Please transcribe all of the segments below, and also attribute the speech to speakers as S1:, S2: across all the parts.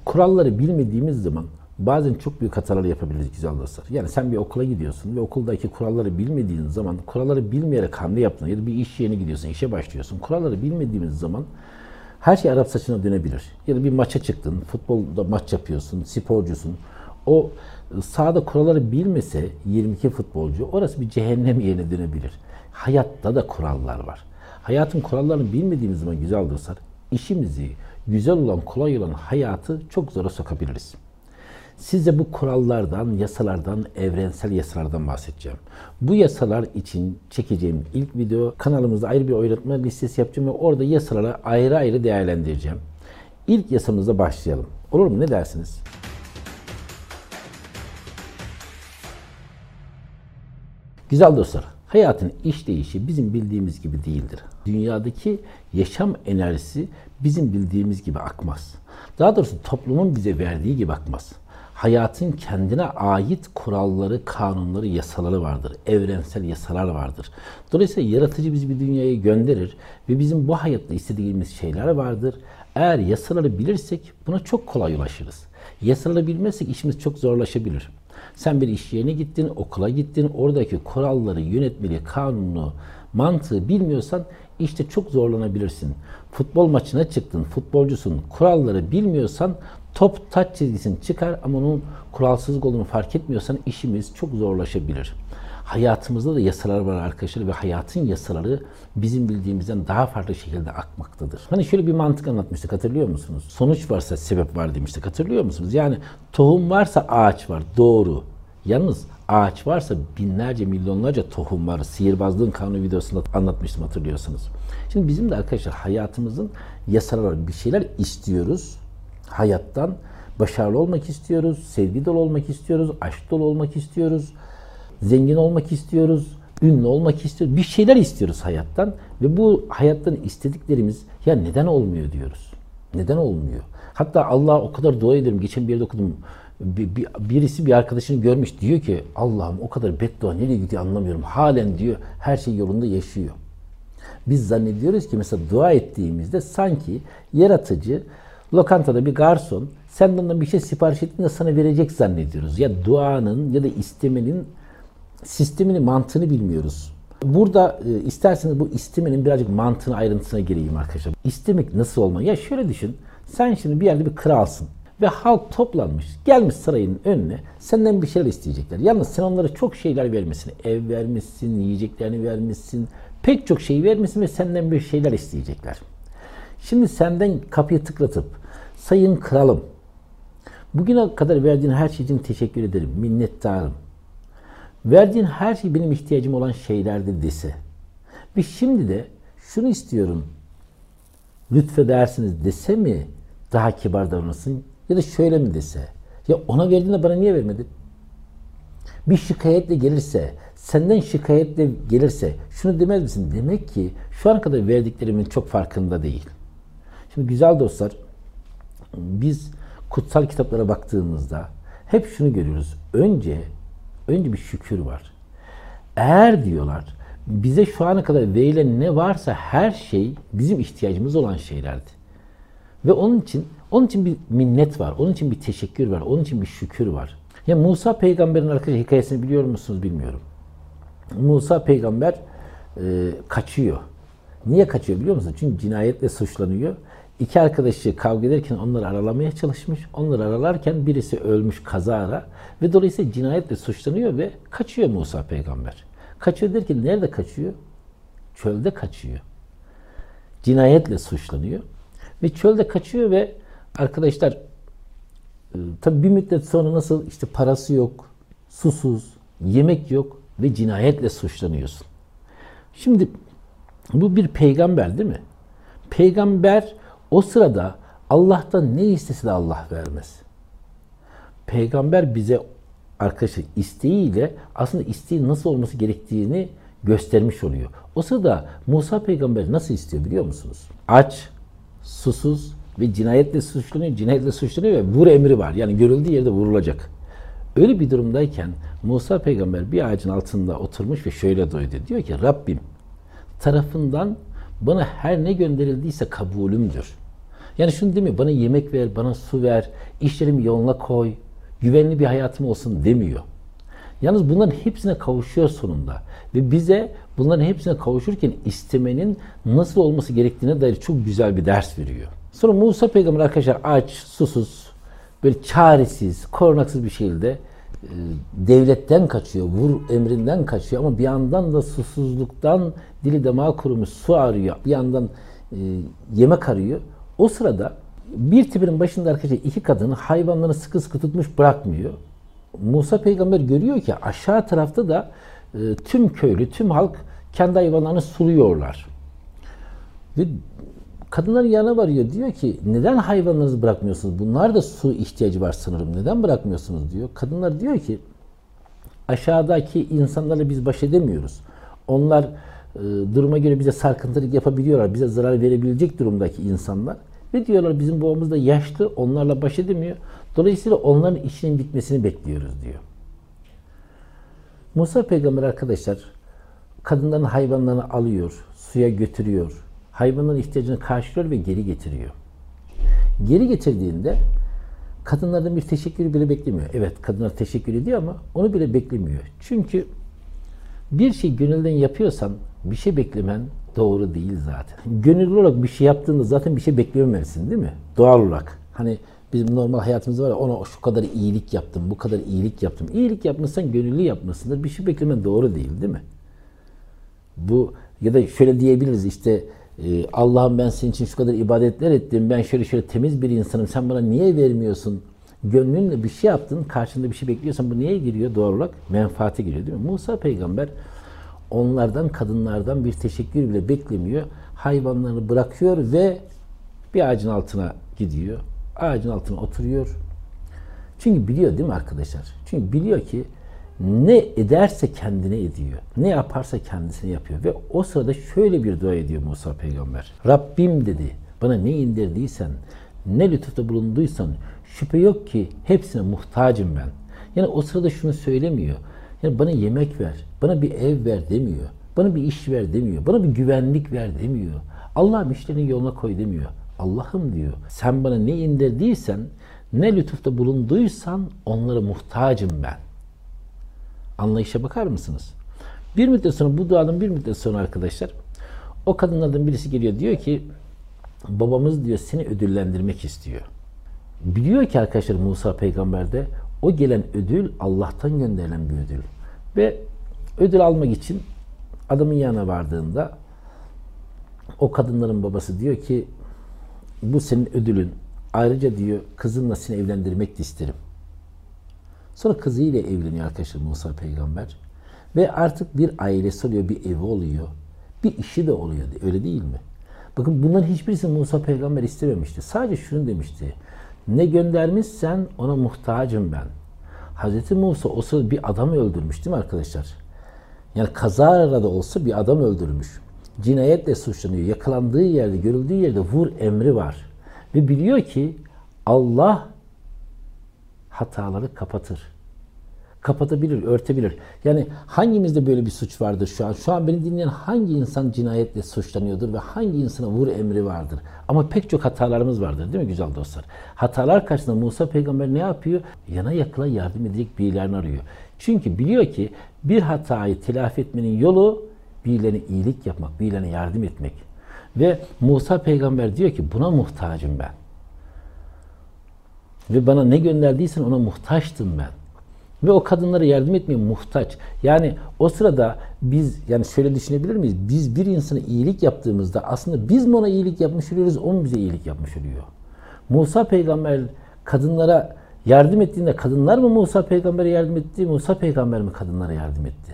S1: Kuralları bilmediğimiz zaman bazen çok büyük hatalar yapabiliriz güzel dostlar. Yani sen bir okula gidiyorsun ve okuldaki kuralları bilmediğin zaman, kuralları bilmeyerek hamle yaptın ya da bir iş yerine gidiyorsun, işe başlıyorsun. Kuralları bilmediğimiz zaman her şey Arap saçına dönebilir. Ya da bir maça çıktın, futbolda maç yapıyorsun, sporcusun. O sahada kuralları bilmese 22 futbolcu orası bir cehennem yerine dönebilir. Hayatta da kurallar var. Hayatın kurallarını bilmediğimiz zaman güzel dostlar, işimizi, güzel olan, kolay olan hayatı çok zora sokabiliriz. Size bu kurallardan, yasalardan, evrensel yasalardan bahsedeceğim. Bu yasalar için çekeceğim ilk video, kanalımızda ayrı bir oynatma listesi yapacağım ve orada yasaları ayrı ayrı değerlendireceğim. İlk yasamızla başlayalım. Olur mu? Ne dersiniz? Güzel dostlar, hayatın işleyişi bizim bildiğimiz gibi değildir. Dünyadaki yaşam enerjisi bizim bildiğimiz gibi akmaz. Daha doğrusu toplumun bize verdiği gibi akmaz. Hayatın kendine ait kuralları, kanunları, yasaları vardır. Evrensel yasalar vardır. Dolayısıyla yaratıcı bizi bir dünyaya gönderir ve bizim bu hayatta istediğimiz şeyler vardır. Eğer yasaları bilirsek buna çok kolay ulaşırız. Yasaları bilmezsek işimiz çok zorlaşabilir. Sen bir iş yerine gittin, okula gittin, oradaki kuralları, yönetmeliği, kanunu, mantığı bilmiyorsan işte çok zorlanabilirsin. Futbol maçına çıktın, futbolcusun, kuralları bilmiyorsan top taç çizgisini çıkar ama onun kuralsızlık olduğunu fark etmiyorsan işimiz çok zorlaşabilir. Hayatımızda da yasalar var arkadaşlar ve hayatın yasaları bizim bildiğimizden daha farklı şekilde akmaktadır. Hani şöyle bir mantık anlatmıştık, hatırlıyor musunuz? Sonuç varsa sebep var demiştik, hatırlıyor musunuz? Yani tohum varsa ağaç var, doğru. Yalnız ağaç varsa binlerce, milyonlarca tohum var. Sihirbazlığın kanunu videosunda anlatmıştım, hatırlıyorsanız. Şimdi bizim de arkadaşlar hayatımızın yasaları var. Bir şeyler istiyoruz hayattan. Başarılı olmak istiyoruz, sevgi dolu olmak istiyoruz, aşk dolu olmak istiyoruz, zengin olmak istiyoruz, ünlü olmak istiyoruz. Bir şeyler istiyoruz hayattan ve bu hayattan istediklerimiz ya neden olmuyor diyoruz. Neden olmuyor? Hatta Allah'a o kadar dua ederim. Geçen bir yerde okudum. Birisi bir arkadaşını görmüş, diyor ki Allah'ım o kadar beddua nereye gidiyor anlamıyorum. Halen diyor her şey yolunda yaşıyor. Biz zannediyoruz ki mesela dua ettiğimizde sanki yaratıcı lokantada bir garson sen ondan bir şey sipariş ettiğinde sana verecek zannediyoruz. Ya duanın ya da istemenin sistemini, mantığını bilmiyoruz. Burada isterseniz bu istemenin birazcık mantığına, ayrıntısına gireyim arkadaşlar. İstemek nasıl olmalı? Ya şöyle düşün. Sen şimdi bir yerde bir kralsın ve halk toplanmış, gelmiş sarayın önüne, senden bir şeyler isteyecekler. Yalnız sen onlara çok şeyler vermişsin. Ev vermişsin, yiyeceklerini vermişsin, pek çok şey vermişsin ve senden bir şeyler isteyecekler. Şimdi senden kapıyı tıklatıp, sayın kralım, bugüne kadar verdiğin her şey için teşekkür ederim, minnettarım. Verdiğin her şey benim ihtiyacım olan şeylerdi dese. Ve şimdi de şunu istiyorum, lütfedersiniz dese mi daha kibar davranırsın? Ya da şöyle mi dese? Ya ona verdiğinde bana niye vermedin? Bir şikayetle gelirse, senden şikayetle gelirse şunu demez misin? Demek ki şu ana kadar verdiklerimin çok farkında değil. Şimdi güzel dostlar, biz kutsal kitaplara baktığımızda hep şunu görüyoruz. Önce bir şükür var. Eğer diyorlar bize şu ana kadar verilen ne varsa her şey bizim ihtiyacımız olan şeylerdi. Ve onun için bir minnet var. Onun için bir teşekkür var. Onun için bir şükür var. Ya Musa peygamberin arkadaşlar hikayesini biliyor musunuz bilmiyorum. Musa peygamber kaçıyor. Niye kaçıyor biliyor musunuz? Çünkü cinayetle suçlanıyor. İki arkadaşı kavga ederken onları aralamaya çalışmış. Onları aralarken birisi ölmüş kazara ve dolayısıyla cinayetle suçlanıyor ve kaçıyor Musa peygamber. Kaçıyor derken nerede kaçıyor? Çölde kaçıyor. Cinayetle suçlanıyor ve çölde kaçıyor ve arkadaşlar tabii bir müddet sonra nasıl işte parası yok, susuz, yemek yok ve cinayetle suçlanıyorsun. Şimdi bu bir peygamber değil mi? Peygamber o sırada Allah'tan ne istese de Allah vermez. Peygamber bize arkadaşlar isteğiyle aslında isteğin nasıl olması gerektiğini göstermiş oluyor. O sırada Musa peygamber nasıl istiyor biliyor musunuz? Aç, susuz ve cinayetle suçlanıyor. Cinayetle suçlanıyor ve vur emri var. Yani görüldüğü yerde vurulacak. Öyle bir durumdayken Musa peygamber bir ağacın altında oturmuş ve şöyle duydu. Diyor ki Rabbim tarafından bana her ne gönderildiyse kabulümdür. Yani şunu demiyor, bana yemek ver, bana su ver, işlerimi yoluna koy, güvenli bir hayatım olsun demiyor. Yalnız bunların hepsine kavuşuyor sonunda. Ve bize bunların hepsine kavuşurken istemenin nasıl olması gerektiğine dair çok güzel bir ders veriyor. Sonra Musa peygamber arkadaşlar aç, susuz, böyle çaresiz, korunaksız bir şekilde devletten kaçıyor, vur emrinden kaçıyor ama bir yandan da susuzluktan dili damağı kurumuş su arıyor, bir yandan yemek arıyor. O sırada bir tipinin başında arkadaşlar iki kadın hayvanlarını sıkı sıkı tutmuş bırakmıyor. Musa peygamber görüyor ki aşağı tarafta da tüm köylü, tüm halk kendi hayvanlarını suluyorlar. Ve kadınların yanına varıyor. Diyor ki neden hayvanlarınızı bırakmıyorsunuz? Bunlar da su ihtiyacı var sanırım. Neden bırakmıyorsunuz diyor. Kadınlar diyor ki aşağıdaki insanlarla biz baş edemiyoruz. Onlar duruma göre bize sarkıntılık yapabiliyorlar. Bize zarar verebilecek durumdaki insanlar. Ve diyorlar bizim babamız da yaşlı. Onlarla baş edemiyor. Dolayısıyla onların işinin bitmesini bekliyoruz diyor. Musa peygamber arkadaşlar kadınların hayvanlarını alıyor, suya götürüyor. Hayvanların ihtiyacını karşılıyor ve geri getiriyor. Geri getirdiğinde kadınlardan bir teşekkür bile beklemiyor. Evet kadınlar teşekkür ediyor ama onu bile beklemiyor. Çünkü bir şey gönülden yapıyorsan bir şey beklemen doğru değil zaten. Gönüllü olarak bir şey yaptığında zaten bir şey beklememelisin değil mi? Doğal olarak. Hani bizim normal hayatımızda var ya ona şu kadar iyilik yaptım, bu kadar iyilik yaptım. İyilik yapmışsan gönüllü yapmışsındır. Bir şey beklemen doğru değil mi? Bu ya da şöyle diyebiliriz işte Allah'ım ben senin için şu kadar ibadetler ettim. Ben şöyle temiz bir insanım. Sen bana niye vermiyorsun? Gönlünle bir şey yaptın. Karşında bir şey bekliyorsan bu niye giriyor? Doğal olarak menfaate giriyor değil mi? Musa peygamber onlardan, kadınlardan bir teşekkür bile beklemiyor. Hayvanlarını bırakıyor ve bir ağacın altına gidiyor. Ağacın altına oturuyor. Çünkü biliyor değil mi arkadaşlar? Çünkü biliyor ki ne ederse kendine ediyor. Ne yaparsa kendisine yapıyor. Ve o sırada şöyle bir dua ediyor Musa peygamber. Rabbim dedi, bana ne indirdiysen, ne lütufta bulunduysan şüphe yok ki hepsine muhtacım ben. Yani o sırada şunu söylemiyor. Yani bana yemek ver, bana bir ev ver demiyor. Bana bir iş ver demiyor. Bana bir güvenlik ver demiyor. Allah'ım işlerini yoluna koy demiyor. Allah'ım diyor, sen bana ne indirdiysen, ne lütufta bulunduysan onlara muhtacım ben. Anlayışa bakar mısınız? Bir müddet sonra bu duanın bir müddet sonra arkadaşlar o kadınlardan birisi geliyor diyor ki babamız diyor seni ödüllendirmek istiyor. Biliyor ki arkadaşlar Musa peygamberde o gelen ödül Allah'tan gönderilen bir ödül. Ve ödül almak için adamın yanına vardığında o kadınların babası diyor ki bu senin ödülün. Ayrıca diyor kızınla seni evlendirmek de isterim. Sonra kızıyla evleniyor arkadaşlar Musa peygamber. Ve artık bir ailesi oluyor, bir evi oluyor. Bir işi de oluyor. Öyle değil mi? Bakın bunların hiçbirisini Musa peygamber istememişti. Sadece şunu demişti. Ne göndermişsen ona muhtacım ben. Hazreti Musa o sırada bir adam öldürmüş değil mi arkadaşlar? Yani kazara da olsa bir adam öldürmüş. Cinayetle suçlanıyor. Yakalandığı yerde, görüldüğü yerde vur emri var. Ve biliyor ki Allah hataları kapatır. Kapatabilir, örtebilir. Yani hangimizde böyle bir suç vardır şu an? Şu an beni dinleyen hangi insan cinayetle suçlanıyordur ve hangi insana vur emri vardır? Ama pek çok hatalarımız vardır değil mi güzel dostlar? Hatalar karşısında Musa peygamber ne yapıyor? Yana yakıla yardım edecek birilerini arıyor. Çünkü biliyor ki bir hatayı telafi etmenin yolu birilerine iyilik yapmak, birilerine yardım etmek. Ve Musa peygamber diyor ki buna muhtacım ben. Ve bana ne gönderdiysen ona muhtaçtım ben. Ve o kadınlara yardım etmeye muhtaç. Yani o sırada biz yani şöyle düşünebilir miyiz? Biz bir insana iyilik yaptığımızda aslında biz mi ona iyilik yapmış oluyoruz, o mu bize iyilik yapmış oluyor? Musa peygamber kadınlara yardım ettiğinde kadınlar mı Musa peygambere yardım etti, Musa peygamber mi kadınlara yardım etti?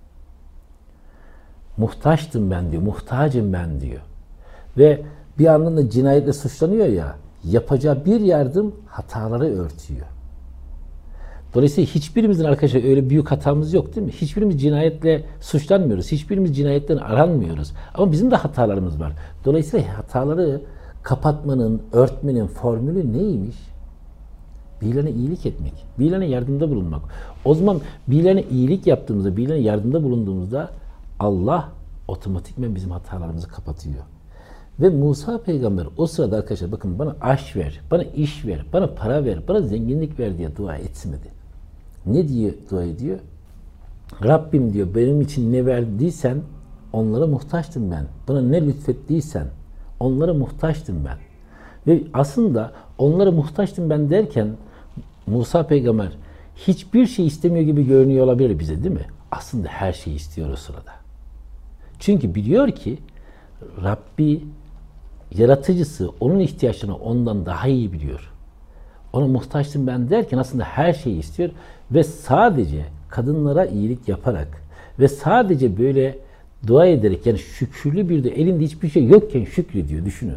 S1: Muhtaçtım ben diyor, muhtacım ben diyor. Ve bir yandan da cinayetle suçlanıyor ya, yapacağı bir yardım hataları örtüyor. Dolayısıyla hiçbirimizin arkadaşlar öyle büyük hatamız yok değil mi? Hiçbirimiz cinayetle suçlanmıyoruz. Hiçbirimiz cinayetten aranmıyoruz. Ama bizim de hatalarımız var. Dolayısıyla hataları kapatmanın, örtmenin formülü neymiş? Birilerine iyilik etmek. Birilerine yardımda bulunmak. O zaman birilerine iyilik yaptığımızda, birilerine yardımda bulunduğumuzda Allah otomatikman bizim hatalarımızı kapatıyor. Ve Musa peygamber o sırada arkadaşlar bakın bana aş ver, bana iş ver, bana para ver, bana zenginlik ver diye dua etmedi. Ne diye dua ediyor? Rabbim diyor benim için ne verdiysen onlara muhtaçtım ben. Bana ne lütfettiysen onlara muhtaçtım ben. Ve aslında onlara muhtaçtım ben derken Musa peygamber hiçbir şey istemiyor gibi görünüyor olabilir bize değil mi? Aslında her şeyi istiyor o sırada. Çünkü biliyor ki Rabbi, yaratıcısı onun ihtiyaçlarını ondan daha iyi biliyor. Ona muhtaçtım ben derken aslında her şeyi istiyor ve sadece kadınlara iyilik yaparak ve sadece böyle dua ederek yani şükürlü bir de elinde hiçbir şey yokken şükrediyor düşünün.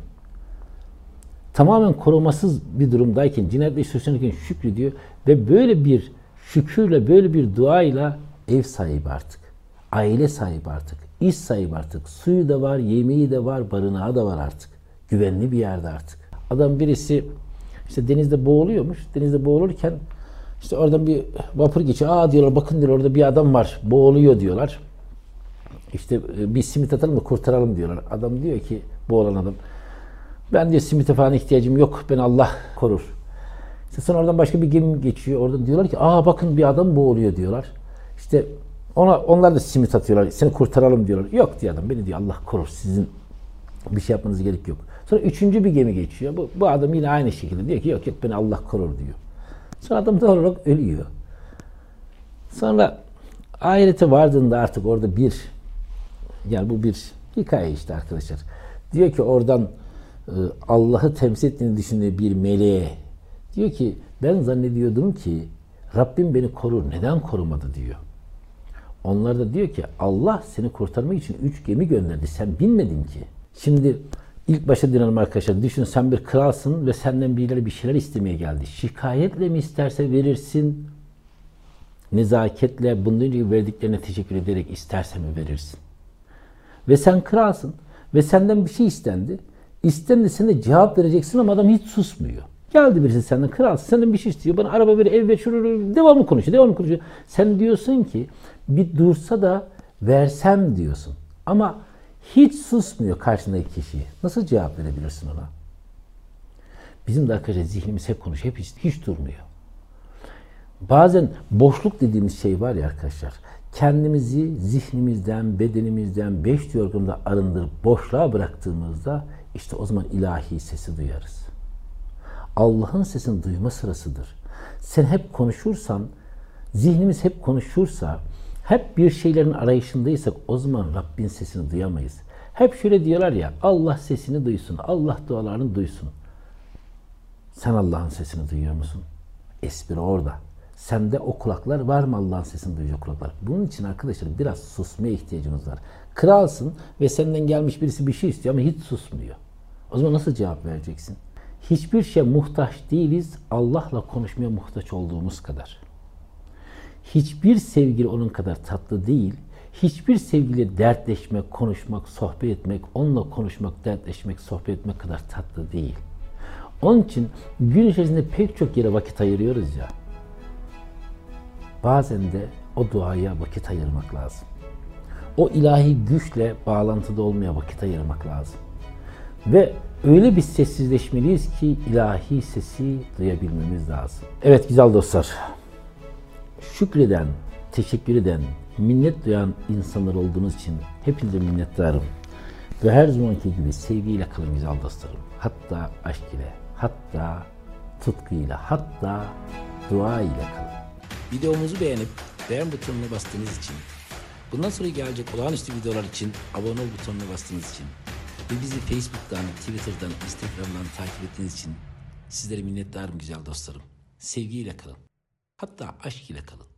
S1: Tamamen korumasız bir durumdayken, cinayetle suçlanırken şükrediyor ve böyle bir şükürle, böyle bir duayla ev sahibi artık, aile sahibi artık, iş sahibi artık, suyu da var, yemeği de var, barınağı da var artık. Güvenli bir yerde artık. Adam birisi işte denizde boğuluyormuş. Denizde boğulurken işte oradan bir vapur geçiyor. Aa diyorlar bakın diyorlar orada bir adam var. Boğuluyor diyorlar. İşte bir simit atalım da kurtaralım diyorlar. Adam diyor ki boğulan adam ben diyor simite falan ihtiyacım yok. Ben Allah korur. İşte sonra oradan başka bir gemi geçiyor. Oradan diyorlar ki aa bakın bir adam boğuluyor diyorlar. İşte onlar da simit atıyorlar. Seni kurtaralım diyorlar. Yok diyor adam. Beni diyor Allah korur. Sizin bir şey yapmanız gerek yok. Sonra üçüncü bir gemi geçiyor. Bu adam yine aynı şekilde diyor ki yok beni Allah korur diyor. Sonra adam doğal olarak ölüyor. Sonra ahirete vardığında artık orada yani bu bir hikaye işte arkadaşlar. Diyor ki oradan Allah'ı temsil ettiğini düşündüğü bir meleğe diyor ki ben zannediyordum ki Rabbim beni korur. Neden korumadı diyor. Onlar da diyor ki Allah seni kurtarmak için 3 gemi gönderdi. Sen bilmedin ki. Şimdi ilk başa dönelim arkadaşlar. Düşün sen bir kralsın ve senden birileri bir şeyler istemeye geldi. Şikayetle mi isterse verirsin? Nezaketle bundan önce verdiklerine teşekkür ederek isterse mi verirsin? Ve sen kralsın ve senden bir şey istendi. İstendi sen de cevap vereceksin ama adam hiç susmuyor. Geldi birisi senden kralsın, senden bir şey istiyor. Bana araba ver, ev ver, şunu devamlı konuşuyor. Sen diyorsun ki bir dursa da versem diyorsun. Ama hiç susmuyor karşındaki kişiye. Nasıl cevap verebilirsin ona? Bizim de arkadaşlar zihnimiz hep konuşuyor, hiç durmuyor. Bazen boşluk dediğimiz şey var ya arkadaşlar, kendimizi zihnimizden, bedenimizden, beş yorgunda arındırıp boşluğa bıraktığımızda işte o zaman ilahi sesi duyarız. Allah'ın sesini duyma sırasıdır. Sen hep konuşursan, zihnimiz hep konuşursa, hep bir şeylerin arayışındaysak o zaman Rabbin sesini duyamayız. Hep şöyle diyorlar ya, Allah sesini duysun, Allah dualarını duysun. Sen Allah'ın sesini duyuyor musun? Espri orada. Sende o kulaklar var mı Allah'ın sesini duyacak kulaklar? Bunun için arkadaşlar biraz susmaya ihtiyacımız var. Kralsın ve senden gelmiş birisi bir şey istiyor ama hiç susmuyor. O zaman nasıl cevap vereceksin? Hiçbir şeye muhtaç değiliz Allah'la konuşmaya muhtaç olduğumuz kadar. Hiçbir sevgili onun kadar tatlı değil. Hiçbir sevgili dertleşmek, konuşmak, sohbet etmek, onunla konuşmak, dertleşmek, sohbet etmek kadar tatlı değil. Onun için gün içerisinde pek çok yere vakit ayırıyoruz ya. Bazen de o duaya vakit ayırmak lazım. O ilahi güçle bağlantıda olmaya vakit ayırmak lazım. Ve öyle bir sessizleşmeliyiz ki ilahi sesi duyabilmemiz lazım. Evet güzel dostlar. Şükreden, teşekkür eden, minnet duyan insanlar olduğunuz için hepinize minnettarım. Ve her zamanki gibi sevgiyle kalın güzel dostlarım. Hatta aşk ile, hatta tutkuyla, hatta dua ile kalın. Videomuzu beğenip beğen butonuna bastığınız için, bundan sonra gelecek olağanüstü videolar için abone ol butonuna bastığınız için ve bizi Facebook'tan, Twitter'dan, Instagram'dan takip ettiğiniz için sizlere minnettarım güzel dostlarım. Sevgiyle kalın. Hatta aşk ile kalın.